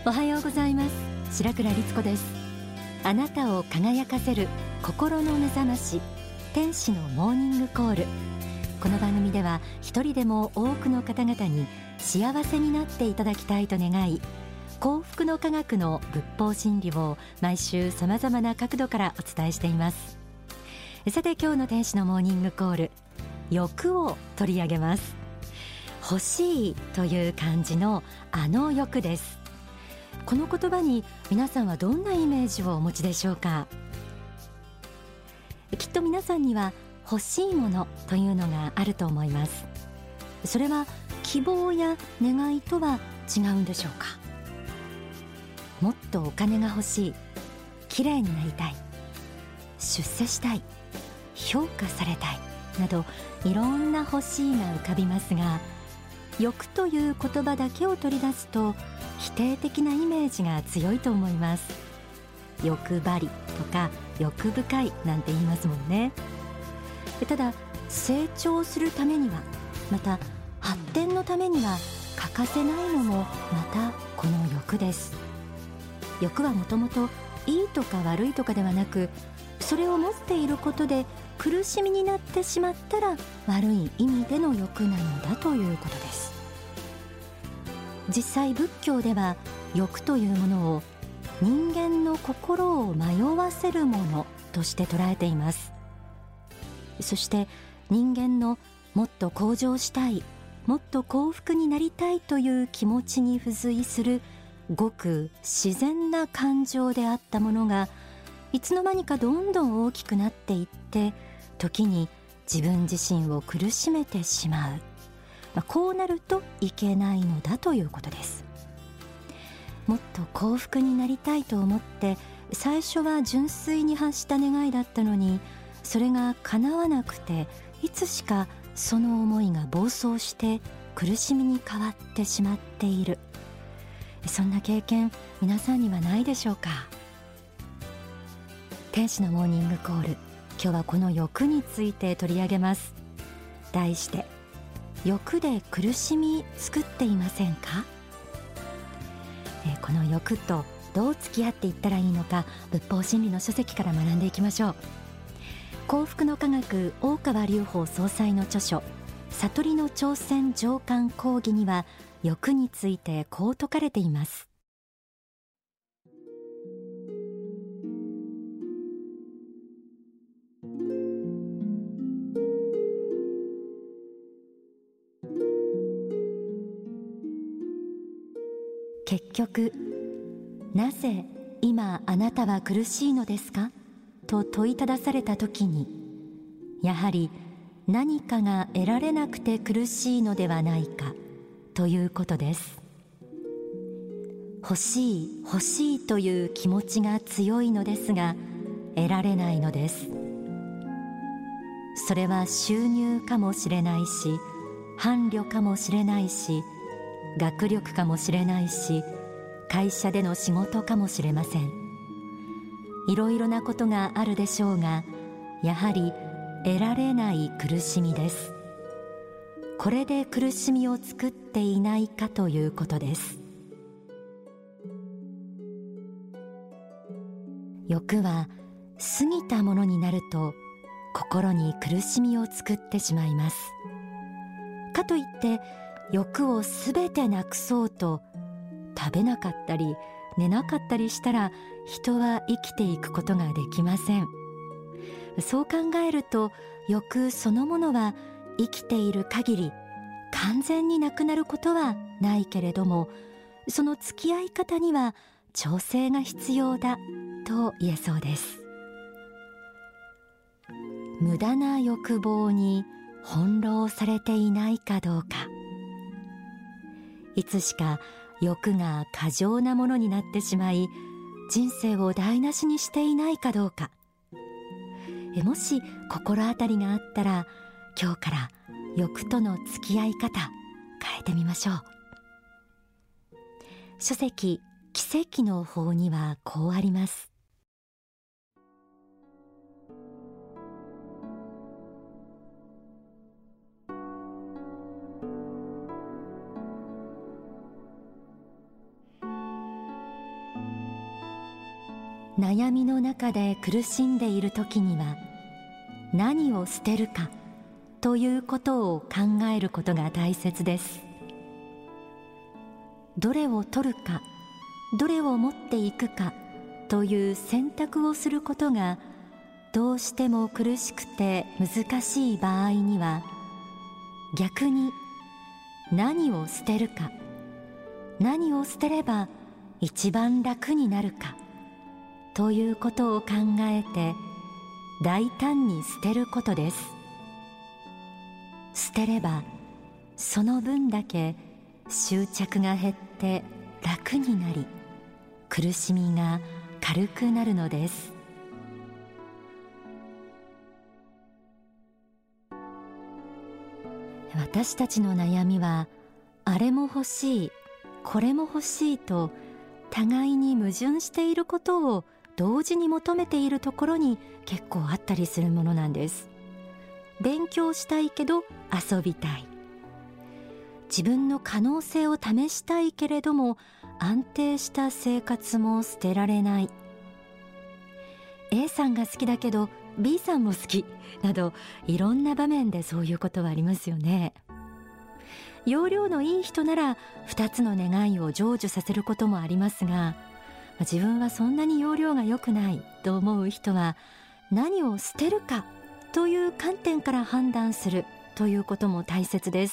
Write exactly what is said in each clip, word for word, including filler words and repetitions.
おはようございます。白倉律子です。あなたを輝かせる心の目覚まし、天使のモーニングコール。この番組では一人でも多くの方々に幸せになっていただきたいと願い、幸福の科学の仏法真理を毎週さまざまな角度からお伝えしています。さて、今日の天使のモーニングコール、欲を取り上げます。欲しいという漢字のあの欲です。この言葉に皆さんはどんなイメージをお持ちでしょうか。きっと皆さんには欲しいものというのがあると思います。それは希望や願いとは違うんでしょうか。もっとお金が欲しい、綺麗になりたい、出世したい、評価されたいなど、いろんな欲しいが浮かびますが、欲という言葉だけを取り出すと否定的なイメージが強いと思います。欲張りとか欲深いなんて言いますもんね。ただ、成長するためには、また発展のためには欠かせないのもまたこの欲です。欲はもともといいとか悪いとかではなく、それを持っていることで苦しみになってしまったら悪い意味での欲なのだということです。実際仏教では欲というものを人間の心を迷わせるものとして捉えています。そして人間のもっと向上したい、もっと幸福になりたいという気持ちに付随するごく自然な感情であったものが、いつの間にかどんどん大きくなっていって、時に自分自身を苦しめてしまう、まあ、こうなるといけないのだということです。もっと幸福になりたいと思って最初は純粋に発した願いだったのに、それが叶わなくて、いつしかその思いが暴走して苦しみに変わってしまっている。そんな経験、皆さんにはないでしょうか。天使のモーニングコール、今日はこの欲について取り上げます。題して、欲で苦しみ作っていませんか。えこの欲とどう付き合っていったらいいのか、仏法真理の書籍から学んでいきましょう。幸福の科学大川隆法総裁の著書、悟りの挑戦上巻講義には欲についてこう説かれています。結局、なぜ今あなたは苦しいのですかと問いただされたときに、やはり何かが得られなくて苦しいのではないかということです。欲しい欲しいという気持ちが強いのですが、得られないのです。それは収入かもしれないし、伴侶かもしれないし、学力かもしれないし、会社での仕事かもしれません。いろいろなことがあるでしょうが、やはり得られない苦しみです。これで苦しみを作っていないかということです。欲は過ぎたものになると心に苦しみを作ってしまいます。かといって欲をすべてなくそうと、食べなかったり寝なかったりしたら人は生きていくことができません。そう考えると、欲そのものは生きている限り完全になくなることはないけれども、その付き合い方には調整が必要だと言えそうです。無駄な欲望に翻弄されていないかどうか、いつしか欲が過剰なものになってしまい、人生を台無しにしていないかどうか。えもし心当たりがあったら、今日から欲との付き合い方変えてみましょう。書籍奇跡の法にはこうあります。 悩みの中で苦しんでいる時には何を捨てるかということを考えることが大切です。どれを取るか、どれを持っていくかという選択をすることがどうしても苦しくて難しい場合には、逆に何を捨てるか、何を捨てれば一番楽になるかということを考えて大胆に捨てることです。捨てればその分だけ執着が減って楽になり、苦しみが軽くなるのです。私たちの悩みは、あれも欲しい、これも欲しいと互いに矛盾していることを同時に求めているところに結構あったりするものなんです。勉強したいけど遊びたい、自分の可能性を試したいけれども安定した生活も捨てられない、 A さんが好きだけど B さんも好きなど、いろんな場面でそういうことはありますよね。容量のいい人ならふたつの願いを成就させることもありますが、自分はそんなに容量が良くないと思う人は、何を捨てるかという観点から判断するということも大切です。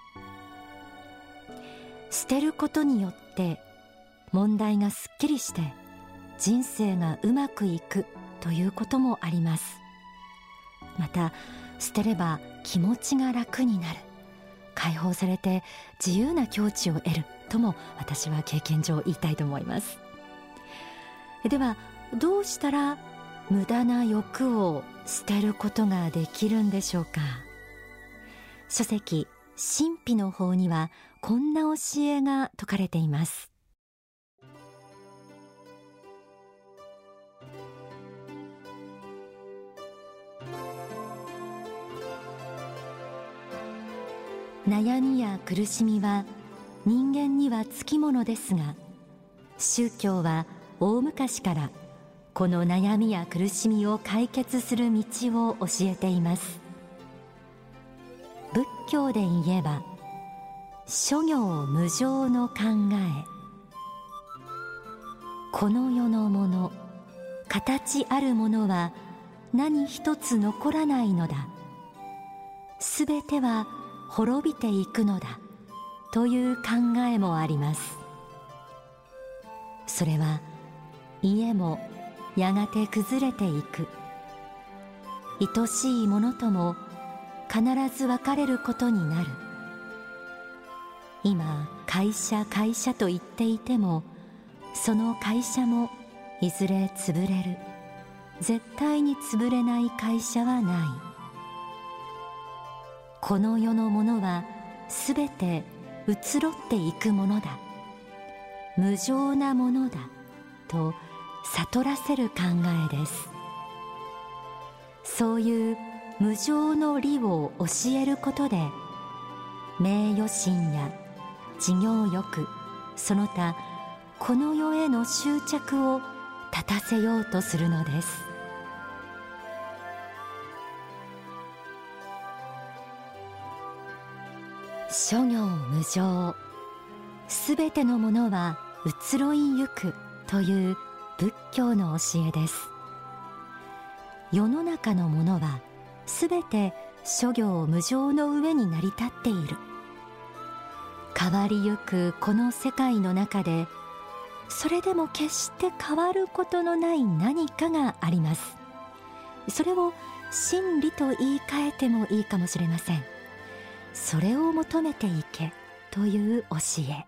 捨てることによって問題がすっきりして人生がうまくいくということもあります。また捨てれば気持ちが楽になる、解放されて自由な境地を得るとも私は経験上言いたいと思います。ではどうしたら無駄な欲を捨てることができるんでしょうか。書籍神秘の法にはこんな教えが説かれています。悩みや苦しみは人間にはつきものですが、宗教は大昔からこの悩みや苦しみを解決する道を教えています。仏教で言えば諸行無常の考え、この世のもの、形あるものは何一つ残らないのだ、すべては滅びていくのだという考えもあります。それは家もやがて崩れていく、愛しいものとも必ず別れることになる。今会社会社と言っていても、その会社もいずれ潰れる、絶対に潰れない会社はない。この世のものはすべて移ろっていくものだ、無常なものだと悟らせる考えです。そういう無常の理を教えることで、名誉心や事業欲、その他この世への執着を断たせようとするのです。諸行無常、すべてのものは移ろいゆくという仏教の教えです。世の中のものはすべて諸行無常の上に成り立っている。変わりゆくこの世界の中で、それでも決して変わることのない何かがあります。それを真理と言い換えてもいいかもしれません。それを求めていけという教え。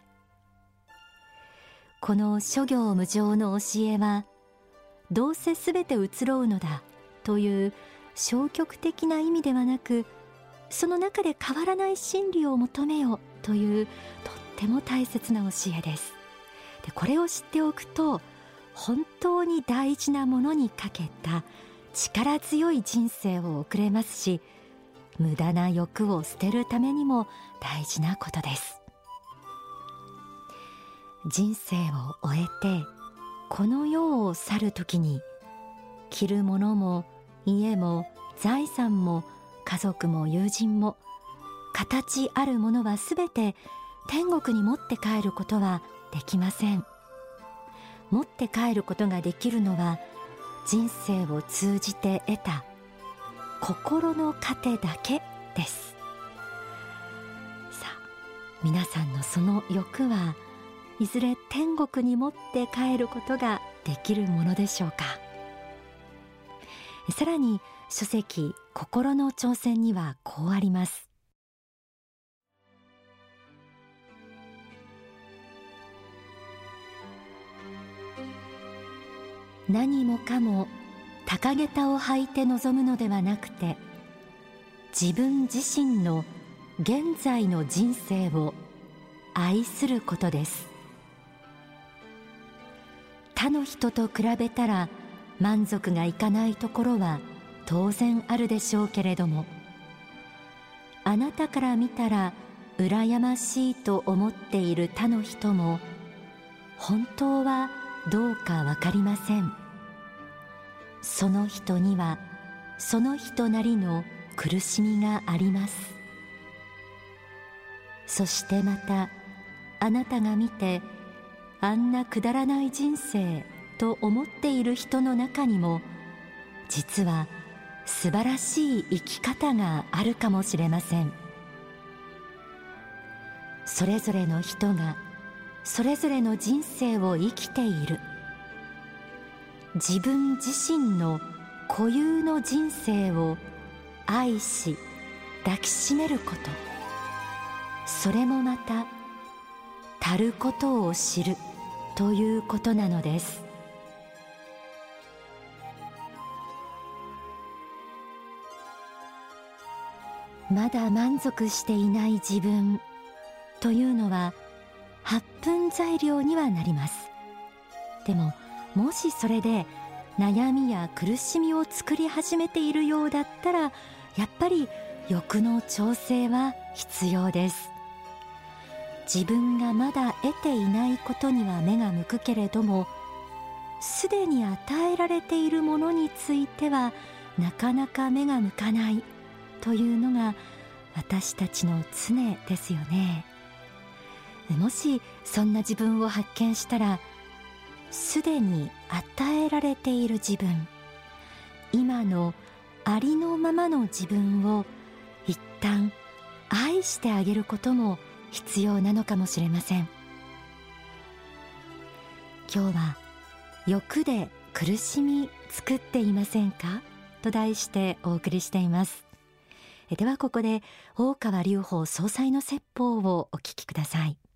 この諸行無常の教えは、どうせすべて移ろうのだという消極的な意味ではなく、その中で変わらない真理を求めようというとっても大切な教えです。で、これを知っておくと、本当に大事なものにかけた力強い人生を送れますし、無駄な欲を捨てるためにも大事なことです。人生を終えてこの世を去るときに、着るものも家も財産も家族も友人も、形あるものはすべて天国に持って帰ることはできません。持って帰ることができるのは、人生を通じて得た心の糧だけです。さあ、皆さんのその欲はいずれ天国に持って帰ることができるものでしょうか。さらに書籍心の挑戦にはこうあります。何もかも高げたを履いて臨むのではなくて、自分自身の現在の人生を愛することです。他の人と比べたら満足がいかないところは当然あるでしょうけれども、あなたから見たら羨ましいと思っている他の人も本当はどうかわかりません。その人にはその人なりの苦しみがあります。そしてまた、あなたが見てあんなくだらない人生と思っている人の中にも、実は素晴らしい生き方があるかもしれません。それぞれの人がそれぞれの人生を生きている。自分自身の固有の人生を愛し抱きしめること、それもまた足ることを知るということなのです。まだ満足していない自分というのは発奮材料にはなります。でももしそれで悩みや苦しみを作り始めているようだったら、やっぱり欲の調整は必要です。自分がまだ得ていないことには目が向くけれども、すでに与えられているものについてはなかなか目が向かないというのが私たちの常ですよね。もしそんな自分を発見したら、すでに与えられている自分、今のありのままの自分を一旦愛してあげることも必要なのかもしれません。今日は欲で苦しみ作っていませんかと題してお送りしています。ではここで大川隆法総裁の説法をお聞きください。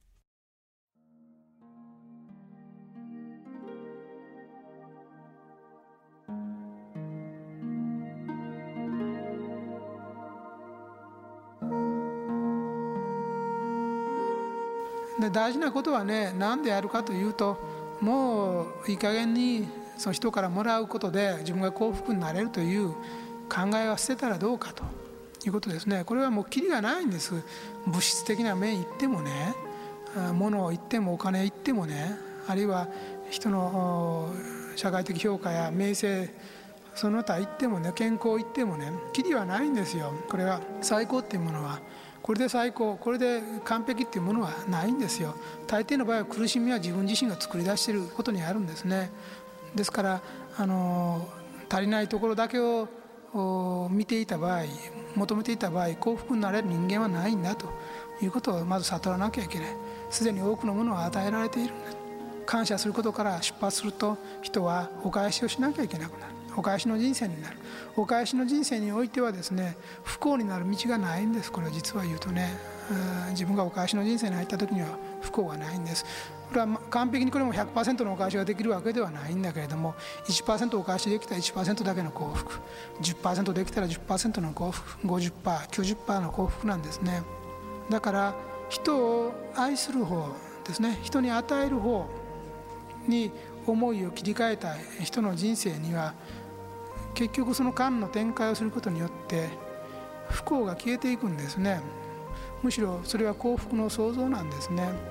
で大事なことはね、何でやるかというと、もういい加減にその人からもらうことで自分が幸福になれるという考えは捨てたらどうかということですね。これはもうキリがないんです。物質的な面言ってもね、物を言ってもお金言ってもね、あるいは人の社会的評価や名声その他言ってもね、健康言ってもね、キリはないんですよ。これは最高っていうものは、これで最高、これで完璧っていうものはないんですよ。大抵の場合は苦しみは自分自身が作り出していることにあるんですね。ですからあの足りないところだけを見ていた場合、求めていた場合、幸福になれる人間はないんだということをまず悟らなきゃいけない。すでに多くのものを与えられているんだ。感謝することから出発すると、人はお返しをしなきゃいけなくなる。お返しの人生になる。お返しの人生においてはですね、不幸になる道がないんです。これは実は言うとね、自分がお返しの人生に入った時には不幸がないんです。これは完璧にこれも ひゃくパーセント のお返しができるわけではないんだけれども、 いちパーセント お返しできたら いちパーセント だけの幸福、 じゅっパーセント できたら じゅっパーセント の幸福、 ごじゅっパーセント、きゅうじゅっパーセント の幸福なんですね。だから人を愛する方ですね、人に与える方に思いを切り替えた人の人生には、結局その間の展開をすることによって不幸が消えていくんですね。むしろそれは幸福の創造なんですね。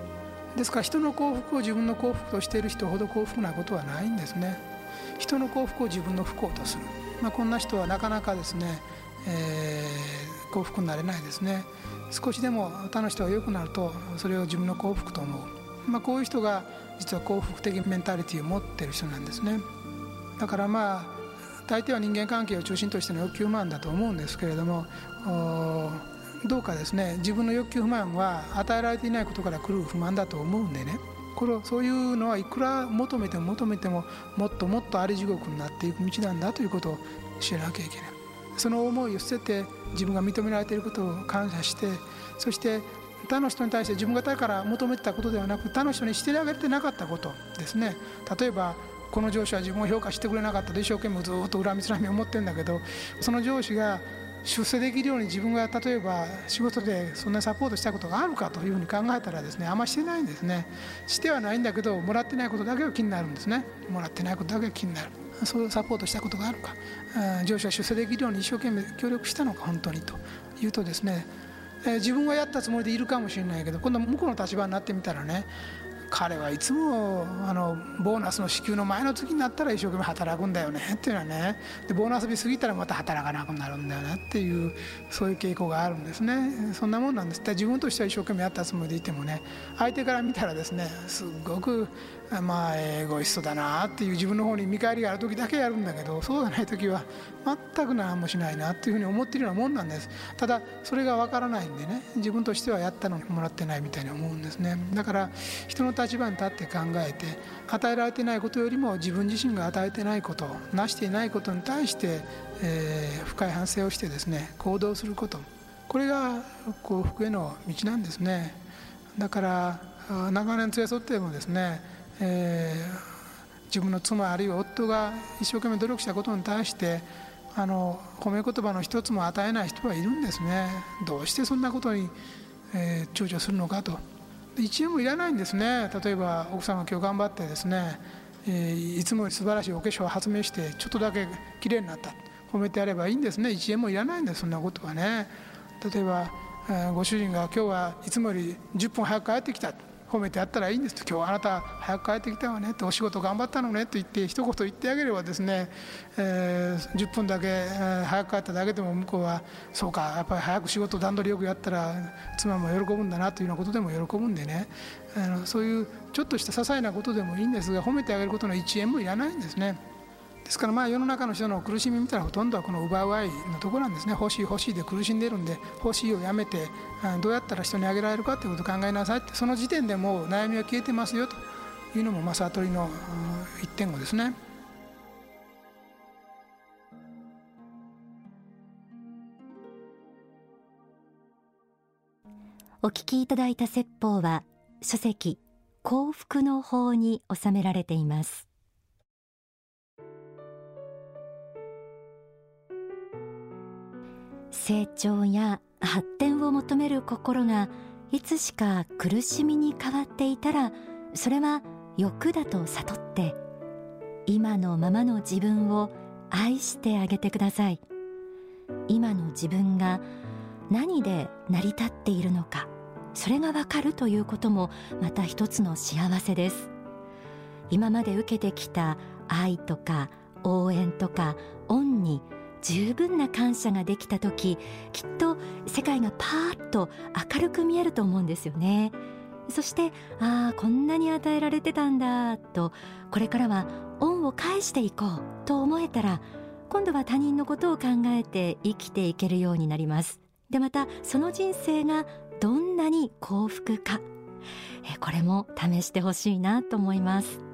ですから人の幸福を自分の幸福としている人ほど幸福なことはないんですね。人の幸福を自分の不幸とする、まあ、こんな人はなかなかですね、えー、幸福になれないですね。少しでも他の人が良くなるとそれを自分の幸福と思う、まあ、こういう人が実は幸福的メンタリティを持っている人なんですね。だからまあ大抵は人間関係を中心としての欲求不満だと思うんですけれども、どうかですね、自分の欲求不満は与えられていないことから来る不満だと思うんでね、これをそういうのはいくら求めても求めてももっともっとあり地獄になっていく道なんだということを知らなきゃいけない。その思いを捨てて自分が認められていることを感謝して、そして他の人に対して自分が他から求めてたことではなく他の人にしてあげてなかったことですね。例えばこの上司は自分を評価してくれなかったと一生懸命ずっと恨みつらみを持ってるんだけど、その上司が出世できるように自分が例えば仕事でそんなサポートしたことがあるかというふうに考えたらですね、あんまりしてないんですね。してはないんだけどもらってないことだけが気になるんですね。もらってないことだけが気になる。そういうサポートしたことがあるか、上司が出世できるように一生懸命協力したのか本当にというとですね、自分はやったつもりでいるかもしれないけど、今度向こうの立場になってみたらね、彼はいつもあのボーナスの支給の前の月になったら一生懸命働くんだよねっていうのはね、でボーナス日過ぎたらまた働かなくなるんだよねっていう、そういう傾向があるんですね。そんなもんなんです。自分としては一生懸命やったつもりでいてもね、相手から見たらですね、すごくまあエゴイストだなっていう自分の方に見返りがある時だけやるんだけど、そうじゃない時は全く何もしないなっていうふうに思っているようなもんなんです。ただそれがわからないんでね、自分としてはやったのにもらってないみたいに思うんですね。だから人の立場に立って考えて、与えられていないことよりも自分自身が与えていないこと、成していないことに対して、えー、深い反省をしてですね行動すること、これが幸福への道なんですね。だから長年連れ添ってもですね、えー、自分の妻あるいは夫が一生懸命努力したことに対してあの褒め言葉の一つも与えない人はいるんですね。どうしてそんなことに、えー、躊躇するのかと。いちえんもいらないんですね。例えば奥さんが今日頑張ってですね、えー、いつもより素晴らしいお化粧を発明してちょっとだけ綺麗になった、褒めてやればいいんですね。いちえんもいらないんです、そんなことはね。例えば、えー、ご主人が今日はいつもよりじゅっぷん早く帰ってきた、褒めてやったらいいんです。今日はあなた早く帰ってきたわねって、お仕事頑張ったのねと言って一言言ってあげればですね、えー、じゅっぷんだけ、えー、早く帰っただけでも向こうはそうか、やっぱり早く仕事段取りよくやったら妻も喜ぶんだなというようなことでも喜ぶんでね、あのそういうちょっとした些細なことでもいいんですが、褒めてあげることのいちえんもいらないんですね。ですからまあ世の中の人の苦しみ見たらほとんどはこの奪う愛のところなんですね。欲しい欲しいで苦しんでいるんで、欲しいをやめてどうやったら人にあげられるかということを考えなさいって、その時点でもう悩みは消えてますよというのもまあ悟りの一点後ですね。 お聞きいただいた説法は書籍幸福の法に収められています。成長や発展を求める心がいつしか苦しみに変わっていたら、それは欲だと悟って今のままの自分を愛してあげてください。今の自分が何で成り立っているのか、それがわかるということもまた一つの幸せです。今まで受けてきた愛とか応援とか恩に十分な感謝ができたとき、きっと世界がパーッと明るく見えると思うんですよね。そしてああこんなに与えられてたんだと、これからは恩を返していこうと思えたら、今度は他人のことを考えて生きていけるようになります。でまたその人生がどんなに幸福か、えこれも試してほしいなと思います。